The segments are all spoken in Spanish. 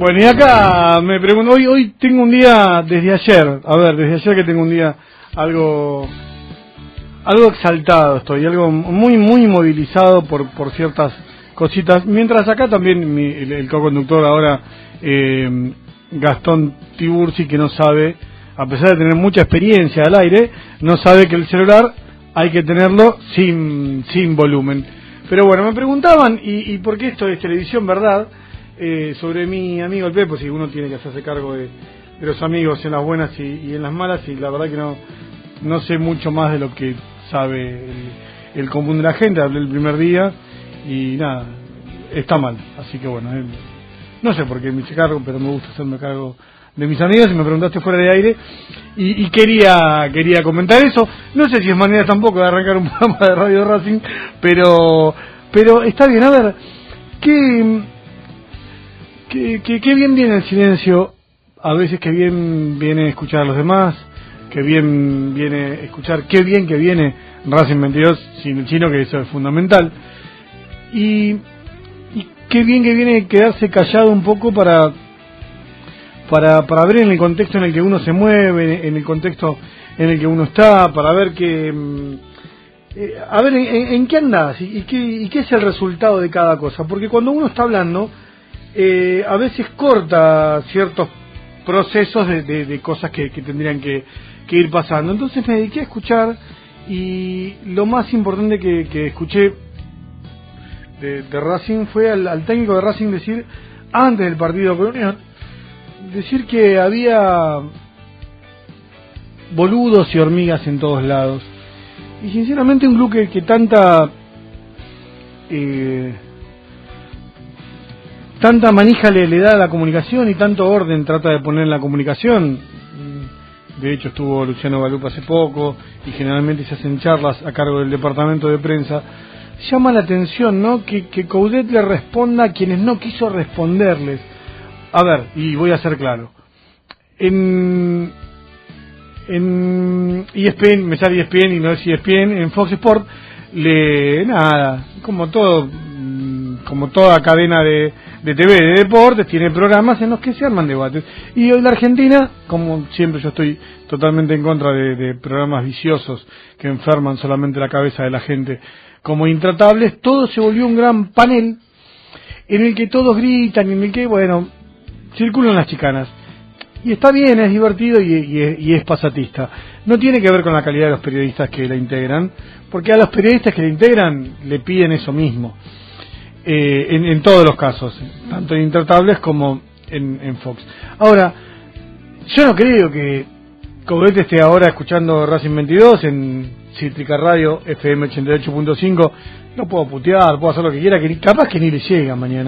Bueno, y acá me pregunto, hoy tengo un día desde ayer, desde ayer que tengo un día algo exaltado estoy, algo muy movilizado por ciertas cositas, mientras acá también el co-conductor ahora, Gastón Tiburci, que no sabe, a pesar de tener mucha experiencia al aire, no sabe que el celular hay que tenerlo sin volumen. Pero bueno, me preguntaban, ¿y por qué esto es televisión, verdad? Sobre mi amigo el Pepo, si uno tiene que hacerse cargo de los amigos en las buenas y en las malas, y la verdad que no sé mucho más de lo que sabe el común de la gente. Hablé el primer día y nada, está mal, así que bueno, no sé por qué me hice cargo, pero me gusta hacerme cargo de mis amigos, y me preguntaste fuera de aire y quería comentar eso. No sé si es manera tampoco de arrancar un programa de Radio Racing, pero está bien. A ver, qué bien viene el silencio, a veces que bien viene escuchar a los demás, que bien viene escuchar, qué bien que viene Racing 22 sin el chino, que eso es fundamental, y qué bien que viene quedarse callado un poco para ver en el contexto en el que uno se mueve, en el contexto en el que uno está, para ver en qué andás y qué es el resultado de cada cosa, porque cuando uno está hablando, a veces corta ciertos procesos de cosas que tendrían que ir pasando. Entonces me dediqué a escuchar, y lo más importante que escuché de Racing fue al técnico de Racing decir, antes del partido con Unión, decir que había boludos y hormigas en todos lados. Y sinceramente un club que tanta manija le da a la comunicación y tanto orden trata de poner en la comunicación. De hecho estuvo Luciano Galupa hace poco, y generalmente se hacen charlas a cargo del departamento de prensa. Llama la atención, ¿no?, que Coudet le responda a quienes no quiso responderles. A ver, y voy a ser claro, en ESPN, me sale ESPN y no es ESPN, en Fox Sport, como toda cadena de TV, de deportes, tiene programas en los que se arman debates. Y hoy la Argentina, como siempre yo estoy totalmente en contra de programas viciosos que enferman solamente la cabeza de la gente, como Intratables, todo se volvió un gran panel en el que todos gritan, en el que, bueno, circulan las chicanas. Y está bien, es divertido y es pasatista. No tiene que ver con la calidad de los periodistas que la integran, porque a los periodistas que la integran le piden eso mismo. En todos los casos, tanto en Intratables como en Fox. Ahora, yo no creo que Coudet esté ahora escuchando Racing 22 en Cítrica Radio FM 88.5. No puedo putear, puedo hacer lo que quiera, que capaz que ni le llega mañana.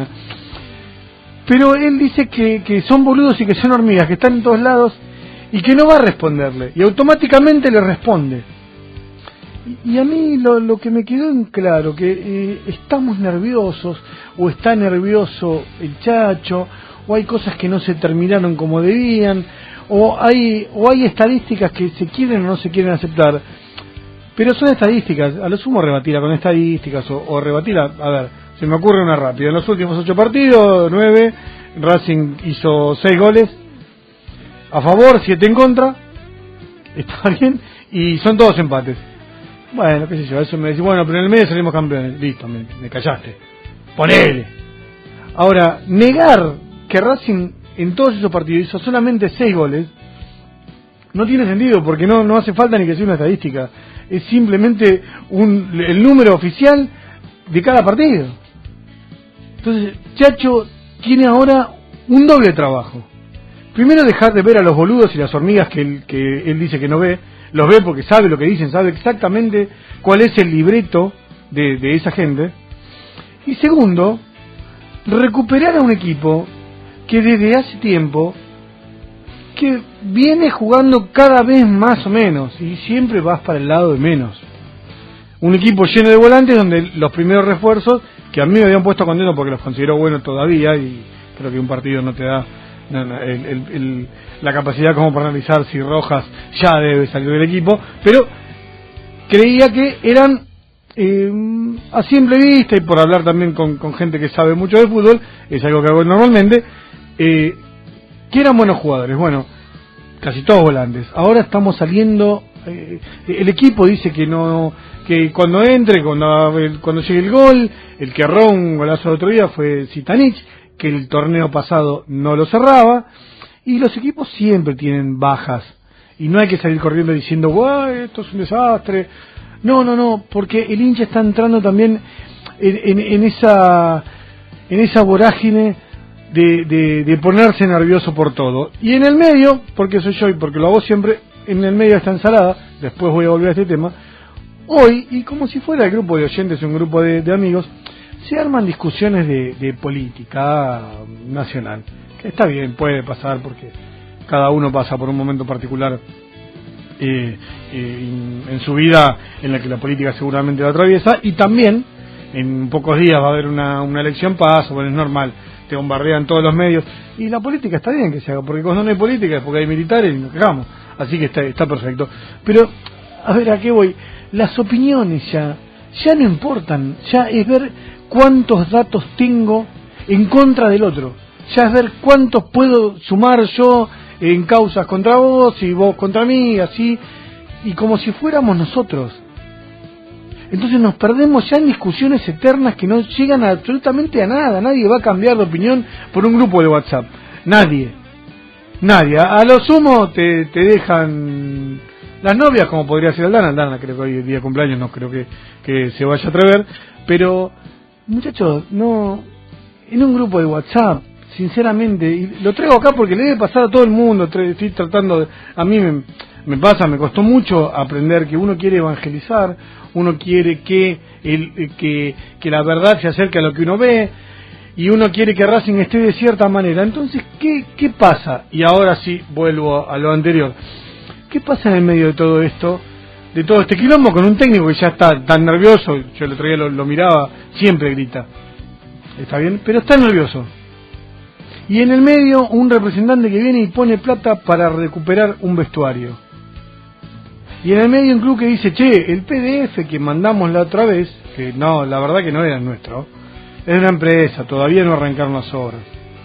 Pero él dice que son boludos y que son hormigas, que están en todos lados y que no va a responderle, y automáticamente le responde. Y a mí lo que me quedó en claro, que estamos nerviosos, o está nervioso el Chacho, o hay cosas que no se terminaron como debían, o hay estadísticas que se quieren o no se quieren aceptar, pero son estadísticas. A lo sumo rebatirla con estadísticas, o rebatirla, a ver, se me ocurre una rápida. En los últimos 8 partidos, 9, Racing hizo 6 goles a favor, 7 en contra, está bien, y son todos empates. Bueno, qué sé yo, eso me decís, bueno, pero en el medio salimos campeones. Listo, me callaste. Ponele. Ahora, negar que Racing en todos esos partidos hizo solamente 6 goles no tiene sentido, porque no hace falta ni que sea una estadística. Es simplemente el número oficial de cada partido. Entonces, Chacho tiene ahora un doble trabajo. Primero, dejar de ver a los boludos y las hormigas que él dice que no ve. Los ve porque sabe lo que dicen, sabe exactamente cuál es el libreto de esa gente. Y segundo, recuperar a un equipo que desde hace tiempo que viene jugando cada vez más o menos, y siempre vas para el lado de menos. Un equipo lleno de volantes donde los primeros refuerzos, que a mí me habían puesto contento porque los considero buenos todavía, y creo que un partido no te da la capacidad como para analizar si Rojas ya debe salir del equipo, pero creía que eran a simple vista, y por hablar también con gente que sabe mucho de fútbol, es algo que hago normalmente, que eran buenos jugadores. Bueno, casi todos volantes. Ahora estamos saliendo, el equipo dice que no, que cuando entre, cuando llegue el gol, el que erró un golazo el otro día fue Zitanich, que el torneo pasado no lo cerraba, y los equipos siempre tienen bajas, y no hay que salir corriendo diciendo, guau, esto es un desastre. No, porque el hincha está entrando también en esa vorágine de ponerse nervioso por todo. Y en el medio, porque soy yo y porque lo hago siempre, en el medio de esta ensalada, después voy a volver a este tema, hoy, y como si fuera el grupo de oyentes, un grupo de amigos, se arman discusiones de política nacional, que está bien, puede pasar, porque cada uno pasa por un momento particular en su vida en la que la política seguramente la atraviesa, y también en pocos días va a haber una elección, pasa, bueno, es normal, te bombardean todos los medios, y la política está bien que se haga, porque cuando no hay política es porque hay militares y nos quejamos, así que está perfecto. Pero, a ver, ¿a qué voy? Las opiniones ya no importan, ya es ver cuántos datos tengo en contra del otro, ya es ver cuántos puedo sumar yo en causas contra vos y vos contra mí, así, y como si fuéramos nosotros. Entonces nos perdemos ya en discusiones eternas que no llegan absolutamente a nada. Nadie va a cambiar de opinión por un grupo de WhatsApp, nadie. A lo sumo te dejan las novias, como podría ser Aldana creo que hoy es día de cumpleaños, no creo que se vaya a atrever, pero muchachos, no, en un grupo de WhatsApp, sinceramente, y lo traigo acá porque le debe pasar a todo el mundo, estoy tratando de, a mí me costó mucho aprender que uno quiere evangelizar, uno quiere que la verdad se acerque a lo que uno ve, y uno quiere que Racing esté de cierta manera. Entonces, ¿qué pasa? Y ahora sí vuelvo a lo anterior. ¿Qué pasa en el medio de todo esto, de todo este quilombo, con un técnico que ya está tan nervioso? Yo el otro día lo miraba, siempre grita, está bien, pero está nervioso. Y en el medio un representante que viene y pone plata para recuperar un vestuario. Y en el medio un club que dice, che, el PDF que mandamos la otra vez, que no, la verdad que no era nuestro, es una empresa, todavía no arrancaron las obras.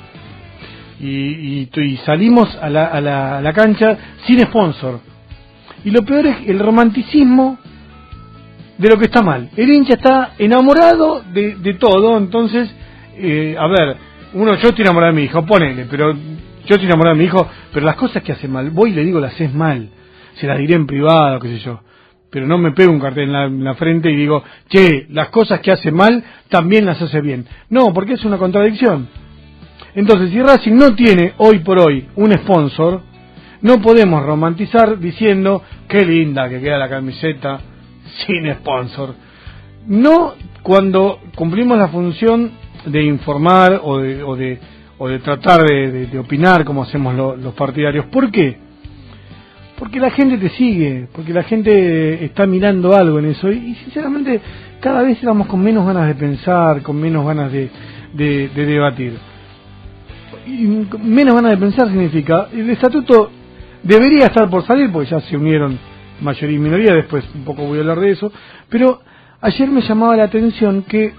Y salimos a la cancha sin sponsor. Y lo peor es el romanticismo de lo que está mal. El hincha está enamorado de todo, entonces, a ver, yo estoy enamorado de mi hijo, ponele, pero yo estoy enamorado de mi hijo, pero las cosas que hace mal, voy y le digo las haces mal, se las diré en privado, qué sé yo, pero no me pego un cartel en la frente y digo, che, las cosas que hace mal también las hace bien. No, porque es una contradicción. Entonces, si Racing no tiene hoy por hoy un sponsor, no podemos romantizar diciendo qué linda que queda la camiseta sin sponsor. No cuando cumplimos la función de informar o de tratar de opinar como hacemos los partidarios. ¿Por qué? Porque la gente te sigue, porque la gente está mirando algo en eso, y sinceramente cada vez estamos con menos ganas de pensar, con menos ganas de debatir. Y menos ganas de pensar significa, el estatuto debería estar por salir, porque ya se unieron mayoría y minoría, después un poco voy a hablar de eso, pero ayer me llamaba la atención que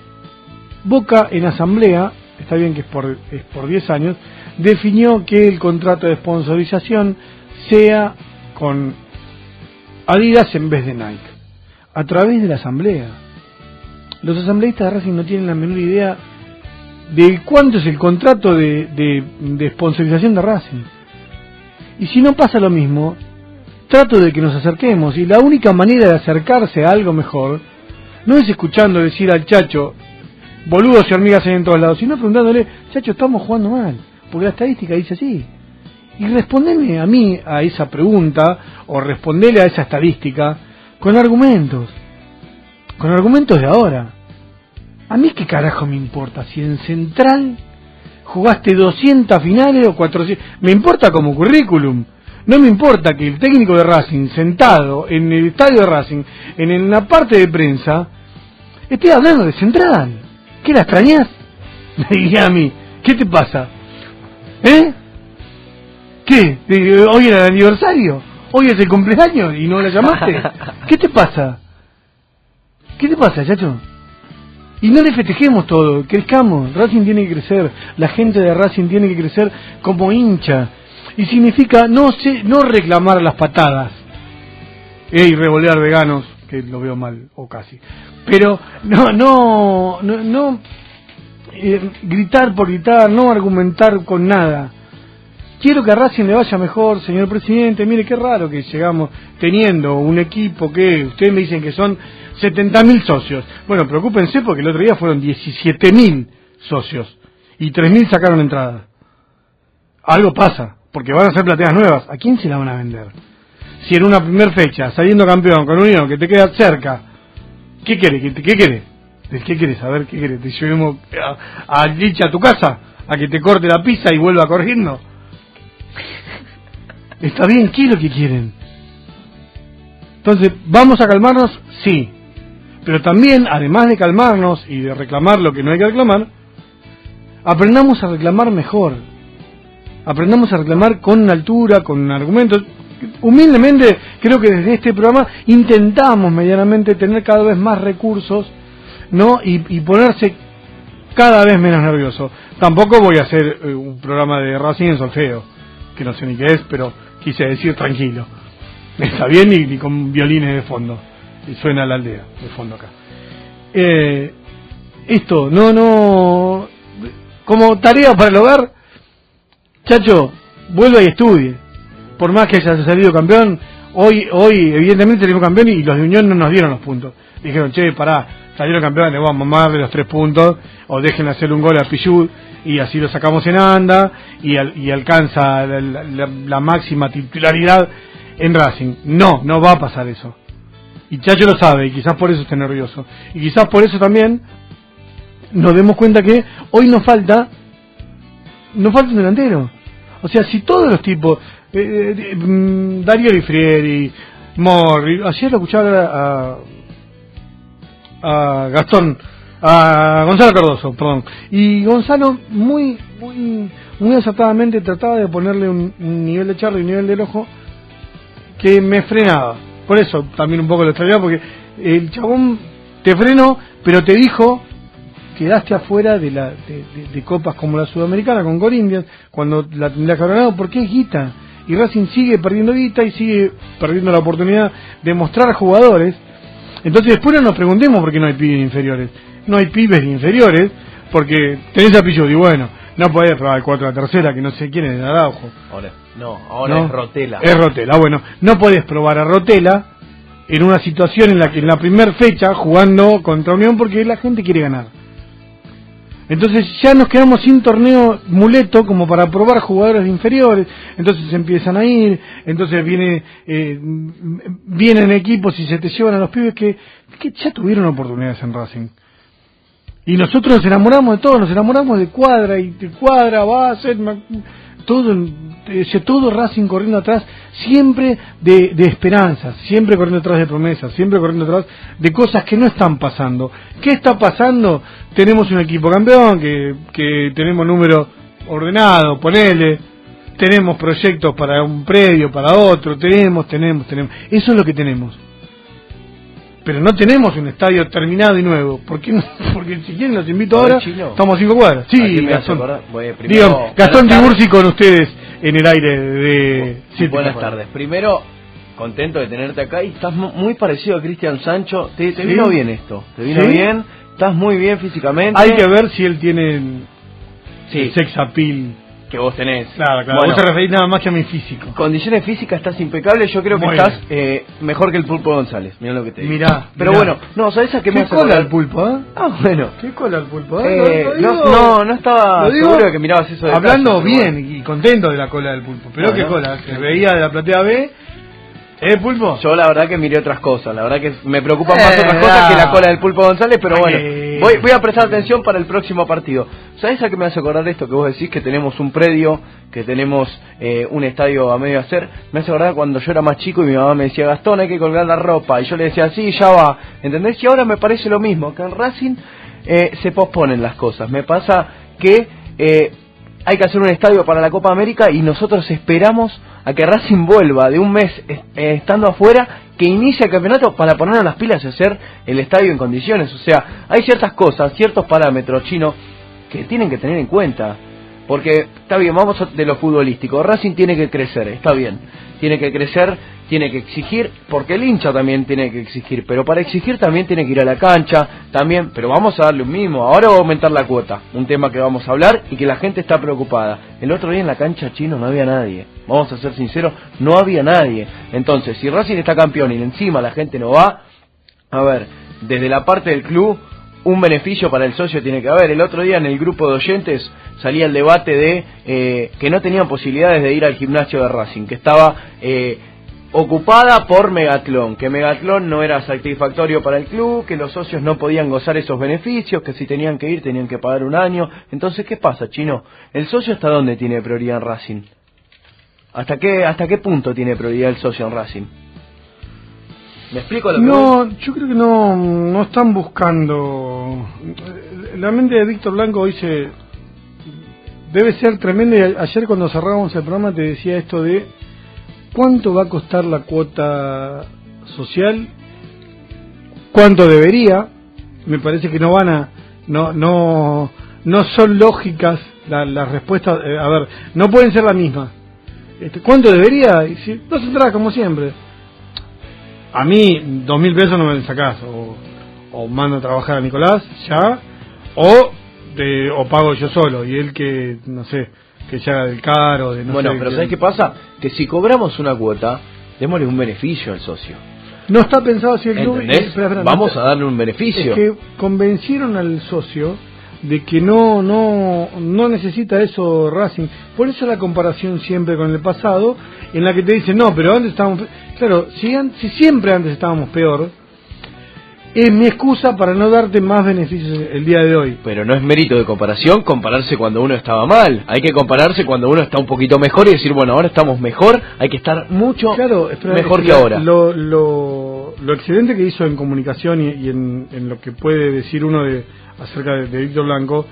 Boca en asamblea, está bien que es por 10 años, definió que el contrato de sponsorización sea con Adidas en vez de Nike, a través de la asamblea. Los asambleístas de Racing no tienen la menor idea de cuánto es el contrato de sponsorización de Racing. Y si no pasa lo mismo, trato de que nos acerquemos, y la única manera de acercarse a algo mejor no es escuchando decir al Chacho, boludos y hormigas hay en todos lados, sino preguntándole, Chacho, estamos jugando mal, porque la estadística dice así. Y respondeme a mí a esa pregunta, o respondele a esa estadística, con argumentos de ahora. A mí qué carajo me importa si en Central jugaste 200 finales o 400, me importa como currículum. No me importa que el técnico de Racing, sentado en el estadio de Racing, en la parte de prensa, esté hablando de Central. ¿Qué, la extrañás? Me diría a mí, ¿qué te pasa? ¿Qué? ¿Hoy era el aniversario? ¿Hoy es el cumpleaños y no la llamaste? ¿Qué te pasa? ¿Qué te pasa, Chacho? Y no le festejemos todo, crezcamos. Racing tiene que crecer, la gente de Racing tiene que crecer como hincha. Y significa no reclamar las patadas y revolear veganos, que lo veo mal, o casi. Pero no gritar por gritar, no argumentar con nada. Quiero que a Racing le vaya mejor, señor presidente. Mire qué raro que llegamos teniendo un equipo que ustedes me dicen que son 70.000 socios. Bueno, preocúpense porque el otro día fueron 17.000 socios y 3.000 sacaron entradas. Algo pasa, porque van a ser plateas nuevas. ¿A quién se la van a vender? Si en una primera fecha, saliendo campeón con Unión, que te queda cerca, ¿qué querés? ¿Qué querés? A ver, ¿qué querés? ¿Te llevemos a Licha a tu casa? ¿A que te corte la pizza y vuelva corriendo? Está bien, ¿qué es lo que quieren? Entonces, ¿vamos a calmarnos? Sí. Pero también, además de calmarnos y de reclamar lo que no hay que reclamar, aprendamos a reclamar mejor. Aprendamos a reclamar con altura, con argumentos. Humildemente, creo que desde este programa intentamos medianamente tener cada vez más recursos, ¿no? Y ponerse cada vez menos nervioso. Tampoco voy a hacer un programa de Racing en solfeo, que no sé ni qué es, pero quise decir tranquilo. Está bien, ni con violines de fondo. Y suena la aldea de fondo acá. Esto, no. Como tarea para el hogar, chacho, vuelva y estudie. Por más que haya salido campeón, hoy evidentemente salimos campeón y los de Unión no nos dieron los puntos. Dijeron, che, pará, salieron campeones, le vamos a mamarle los 3 puntos, o dejen hacerle un gol a Pichud, y así lo sacamos en anda, y alcanza la máxima titularidad en Racing. No va a pasar eso. Y Chacho lo sabe, y quizás por eso esté nervioso. Y quizás por eso también nos demos cuenta que hoy nos falta un delantero. O sea, si todos los tipos, Darío Lifrieri, Morri, ayer lo escuchaba a Gonzalo Cardoso, perdón, y Gonzalo muy acertadamente trataba de ponerle un nivel de charla y un nivel del ojo que me frenaba. Por eso también un poco lo extrañaba, porque el chabón te frenó, pero te dijo: quedaste afuera de copas como la Sudamericana con Corinthians, cuando la tendrías que haber ganado, porque es guita. Y Racing sigue perdiendo guita y sigue perdiendo la oportunidad de mostrar jugadores. Entonces después no nos preguntemos por qué no hay pibes inferiores. No hay pibes inferiores porque tenés a Pichud, y bueno, no podés probar el 4 a la tercera, que no sé quién es, de Araujo. Ahora es Rotela. Es Rotela, bueno, no podés probar a Rotela en una situación en la que en la primera fecha jugando contra Unión, porque la gente quiere ganar. Entonces ya nos quedamos sin torneo muleto como para probar jugadores inferiores. Entonces empiezan a ir, entonces vienen equipos y se te llevan a los pibes que ya tuvieron oportunidades en Racing. Y nosotros nos enamoramos de todo, nos enamoramos de Cuadra, y de Cuadra va a ser todo Racing corriendo atrás, siempre de esperanzas, siempre corriendo atrás de promesas, siempre corriendo atrás de cosas que no están pasando. ¿Qué está pasando? Tenemos un equipo campeón, que tenemos número ordenado, ponele, tenemos proyectos para un predio, para otro, tenemos. Eso es lo que tenemos. Pero no tenemos un estadio terminado y nuevo. Porque si quieren los invito ahora. Estamos a 5 cuadras. Sí, Gastón. Gastón Tiburci con ustedes en el aire de... Buenas tardes. Primero, contento de tenerte acá, y estás muy parecido a Cristian Sancho. Te vino bien esto. Te vino bien. Estás muy bien físicamente. Hay que ver si él tiene el sex appeal que vos tenés. Claro. Bueno, vos te referís nada más que a mi físico. Condiciones físicas estás impecable. Yo creo que estás mejor que el Pulpo González. Mirá lo que te digo. Mirá. Pero bueno, ¿sabés a qué me hace cola el Pulpo, eh? Bueno. ¿Qué cola el Pulpo, no estaba seguro de que mirabas eso de hablando bien y contento de la cola del Pulpo. Pero qué cola, se veía de la platea B. Pulpo? Yo la verdad que miré otras cosas. La verdad que me preocupan más otras cosas que la cola del Pulpo González. Pero bueno, voy a prestar atención para el próximo partido. ¿Sabés a qué me hace acordar esto que vos decís? Que tenemos un predio, que tenemos un estadio a medio hacer. Me hace acordar cuando yo era más chico y mi mamá me decía: Gastón, hay que colgar la ropa. Y yo le decía: sí, ya va. ¿Entendés? Y ahora me parece lo mismo, que en Racing se posponen las cosas. Me pasa que hay que hacer un estadio para la Copa América y nosotros esperamos a que Racing vuelva de un mes estando afuera que inicia el campeonato para ponernos las pilas y hacer el estadio en condiciones. O sea, hay ciertas cosas, ciertos parámetros, Chino, que tienen que tener en cuenta. Porque, está bien, vamos de lo futbolístico. Racing tiene que crecer, está bien. Tiene que crecer, tiene que exigir, porque el hincha también tiene que exigir. Pero para exigir también tiene que ir a la cancha, también. Pero vamos a darle un mimo. Ahora va a aumentar la cuota. Un tema que vamos a hablar y que la gente está preocupada. El otro día en la cancha, Chino, no había nadie. Vamos a ser sinceros, no había nadie. Entonces, si Racing está campeón y encima la gente no va, a ver, desde la parte del club, un beneficio para el socio tiene que haber. El otro día en el grupo de oyentes salía el debate de que no tenían posibilidades de ir al gimnasio de Racing, que estaba ocupada por Megatlón, que Megatlón no era satisfactorio para el club, que los socios no podían gozar esos beneficios, que si tenían que ir tenían que pagar un año. Entonces, ¿qué pasa, Chino? ¿El socio hasta dónde tiene prioridad en Racing? ¿Hasta qué punto tiene prioridad el socio en Racing? ¿Me explico lo que No, yo creo que no están buscando. La mente de Víctor Blanco hoy debe ser tremenda. Y ayer cuando cerrábamos el programa te decía esto de cuánto va a costar la cuota social, cuánto debería. Me parece que no son lógicas las respuestas. A ver, no pueden ser la misma. ¿Cuánto debería? Y si, 2 entradas como siempre. A mí 2.000 pesos no me sacás, o mando a trabajar a Nicolás ya, o pago yo solo, y él que, no sé, que se haga del caro, de no bueno, sé. Pero ¿sabes qué pasa? Que si cobramos una cuota, démosle un beneficio al socio. No está pensado así el club. ¿Entendés? Vamos a darle un beneficio. Es que convencieron al socio de que no necesita eso Racing. Por eso la comparación siempre con el pasado, en la que te dicen, no, pero antes estábamos... Claro, si siempre antes estábamos peor, es mi excusa para no darte más beneficios el día de hoy. Pero no es mérito de comparación compararse cuando uno estaba mal. Hay que compararse cuando uno está un poquito mejor y decir, bueno, ahora estamos mejor, hay que estar mucho mejor que ahora. Lo excelente que hizo en comunicación y en lo que puede decir uno acerca de Víctor Blanco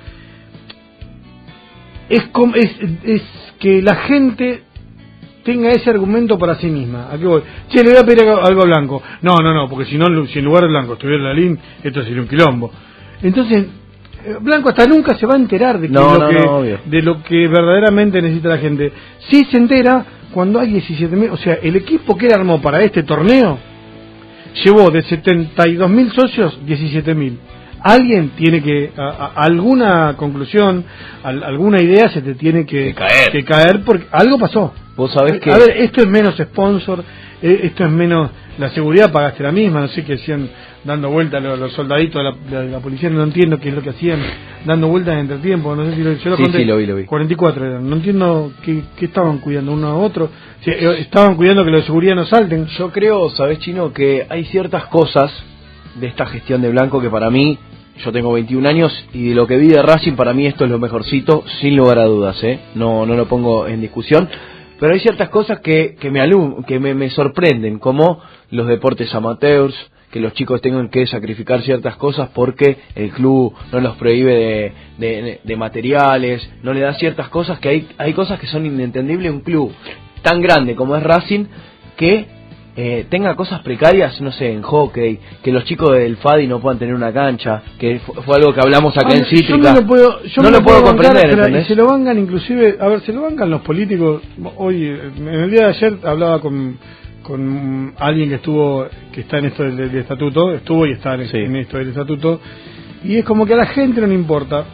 es que la gente tenga ese argumento para sí misma. ¿A qué voy? Che, le voy a pedir algo a Blanco. No, porque si en lugar de Blanco estuviera Lalín, esto sería un quilombo. Entonces, Blanco hasta nunca se va a enterar de lo que verdaderamente necesita la gente. Sí se entera cuando hay 17.000, o sea, el equipo que él armó para este torneo llevó de 72.000 socios 17.000. Alguien tiene que, alguna conclusión, alguna idea se te tiene que caer porque algo pasó. Vos sabés que... A ver, esto es menos sponsor, esto es menos... La seguridad pagaste la misma, no sé qué hacían dando vueltas los soldaditos de la policía, no entiendo qué es lo que hacían, dando vueltas en entretiempo, no sé si yo lo conté. Sí, lo vi. 44 eran, no entiendo qué estaban cuidando uno a otro, si estaban cuidando que los de seguridad no salten. Yo creo, ¿sabés, Chino? Que hay ciertas cosas de esta gestión de Blanco que para mí, yo tengo 21 años y de lo que vi de Racing, para mí esto es lo mejorcito, sin lugar a dudas, no lo pongo en discusión. Pero hay ciertas cosas que me sorprenden, como los deportes amateurs, que los chicos tengan que sacrificar ciertas cosas porque el club no los prohíbe de materiales, no le da ciertas cosas, que hay cosas que son inentendibles. Un club tan grande como es Racing, que tenga cosas precarias, no sé, en hockey, que los chicos del FADI no puedan tener una cancha, que fue algo que hablamos acá en Cítrica. Yo no lo puedo comprender. Y se lo vangan inclusive, se lo vangan los políticos. Hoy, en el día de ayer hablaba con alguien que está en esto del estatuto, estuvo y está en esto del estatuto, y es como que a la gente no le importa.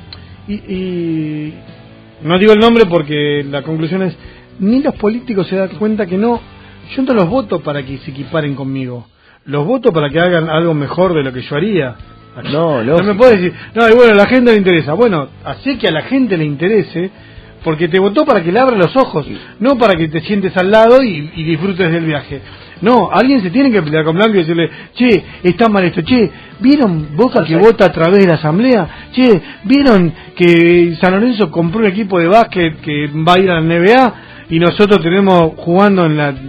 Y no digo el nombre porque la conclusión es, ni los políticos se dan cuenta que yo no los voto para que se equiparen conmigo, los voto para que hagan algo mejor de lo que yo haría. No me puedes decir, y bueno, a la gente le interesa. Bueno, así que a la gente le interese, porque te votó para que le abra los ojos, no para que te sientes al lado y disfrutes del viaje. No, alguien se tiene que pelear con Blanco y decirle, che, está mal esto, che, ¿vieron Boca que vota a través de la asamblea? Che, ¿vieron que San Lorenzo compró un equipo de básquet que va a ir a la NBA y nosotros tenemos jugando en la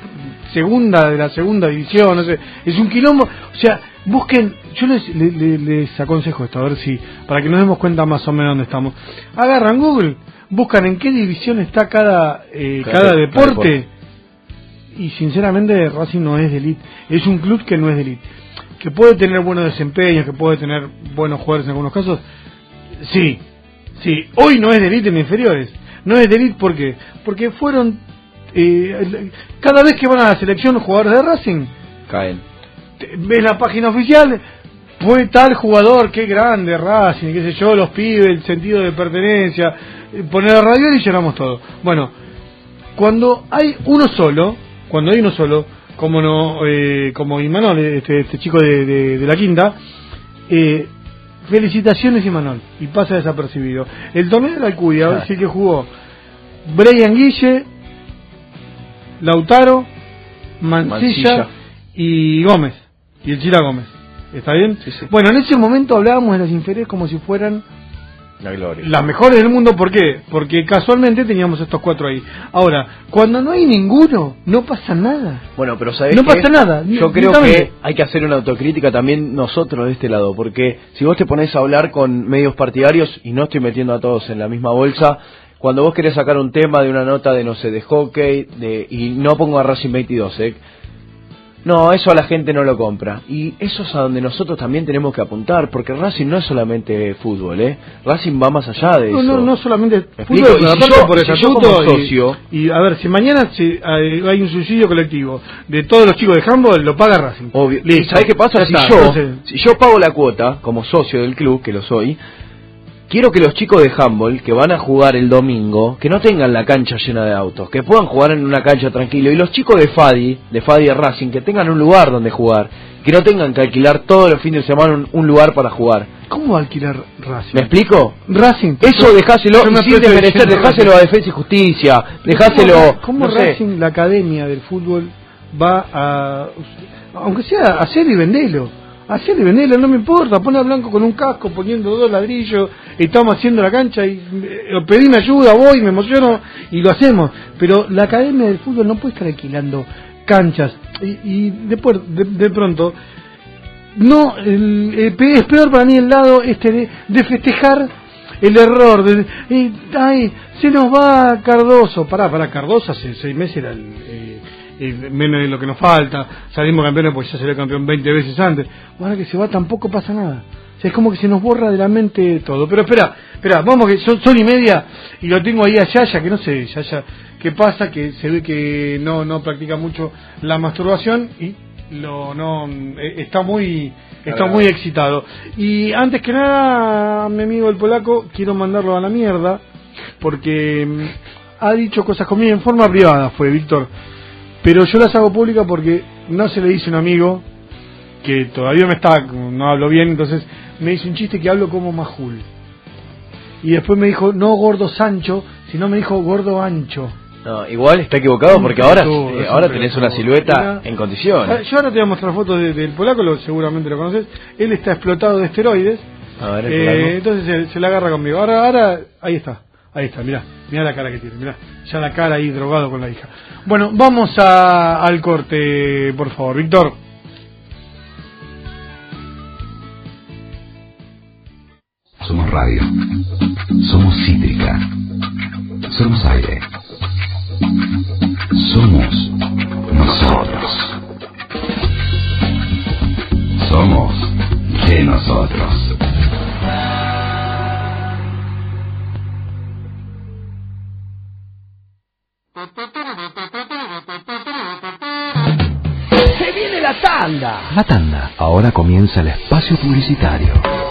segunda división? No sé, es un quilombo. O sea, busquen, yo les aconsejo esto, a ver si, para que nos demos cuenta más o menos dónde estamos. Agarran Google, buscan en qué división está cada deporte y sinceramente Racing no es de elite, es un club que no es de elite, que puede tener buenos desempeños, que puede tener buenos jugadores en algunos casos, sí, hoy no es de elite en inferiores, no es de elite porque fueron, cada vez que van a la selección los jugadores de Racing, caen, ves la página oficial, fue tal jugador, qué grande Racing, qué sé yo, los pibes, el sentido de pertenencia, poner a radio y lloramos todo. Bueno, cuando hay uno solo, como Imanol, este chico de la Quinta, felicitaciones Imanol, y pasa desapercibido. El torneo de la Alcudia, sí que jugó Brian Guille, Lautaro, Mancilla y Gómez, y el Chila Gómez. ¿Está bien? Sí. Bueno, en ese momento hablábamos de las inferiores como si fueran la gloria, las mejores del mundo. ¿Por qué? Porque casualmente teníamos estos 4 ahí. Ahora, cuando no hay ninguno, no pasa nada. Bueno, pero ¿sabés no qué? pasa nada. Yo creo que hay que hacer una autocrítica también nosotros de este lado, porque si vos te pones a hablar con medios partidarios, y no estoy metiendo a todos en la misma bolsa, cuando vos querés sacar un tema de una nota de, no sé, de hockey, y no pongo a Racing 22, no, eso a la gente no lo compra. Y eso es a donde nosotros también tenemos que apuntar, porque Racing no es solamente fútbol, Racing va más allá de eso. No solamente fútbol, pero aparte por yo como socio... Y a ver, si mañana hay un suicidio colectivo de todos los chicos de handball, lo paga Racing. Obvio. Listo. ¿Sabés qué pasa? Si yo pago la cuota, como socio del club, que lo soy, quiero que los chicos de handball que van a jugar el domingo, que no tengan la cancha llena de autos, que puedan jugar en una cancha tranquilo, y los chicos de Fadi Racing, que tengan un lugar donde jugar, que no tengan que alquilar todos los fines de semana un lugar para jugar. ¿Cómo alquilar Racing? ¿Me explico? Racing. Eso dejáselo, y sin desmerecer, dejáselo a Defensa y Justicia, dejáselo... ¿Cómo no Racing, sé, la academia del fútbol, va a, aunque sea, hacer y vendelo? Hacer y venderlo, no me importa, pone a Blanco con un casco poniendo 2 ladrillos, estamos haciendo la cancha y pedime ayuda, voy, me emociono y lo hacemos. Pero la academia del fútbol no puede estar alquilando canchas y después de pronto no es peor para mí el lado de festejar el error se nos va Cardoso, pará, Cardoso hace 6 meses era menos de lo que nos falta, salimos campeones porque ya salió campeón 20 veces antes. Ahora que se va tampoco pasa nada. O sea, es como que se nos borra de la mente todo. Pero espera, vamos que son 1:30 y lo tengo ahí a Yaya, que no sé, Yaya, qué pasa, que se ve que no practica mucho la masturbación y está muy excitado. Y antes que nada, mi amigo el polaco, quiero mandarlo a la mierda porque ha dicho cosas conmigo en forma privada, fue Víctor. Pero yo las hago públicas porque no se le dice un amigo que todavía no hablo bien, entonces me hizo un chiste que hablo como Majul. Y después me dijo, no gordo Sancho, sino me dijo gordo ancho. No, igual está equivocado porque ahora tenés una silueta en condiciones. Yo ahora te voy a mostrar fotos del polaco, seguramente lo conoces. Él está explotado de esteroides. A ver, entonces se la agarra conmigo. Ahora, ahí está, mirá la cara que tiene, mirá, ya la cara ahí drogado con la hija. Bueno, vamos al corte, por favor, Víctor. Somos radio, somos cítrica, somos aire, somos nosotros, somos de nosotros. ¡Se viene la tanda! La tanda. Ahora comienza el espacio publicitario.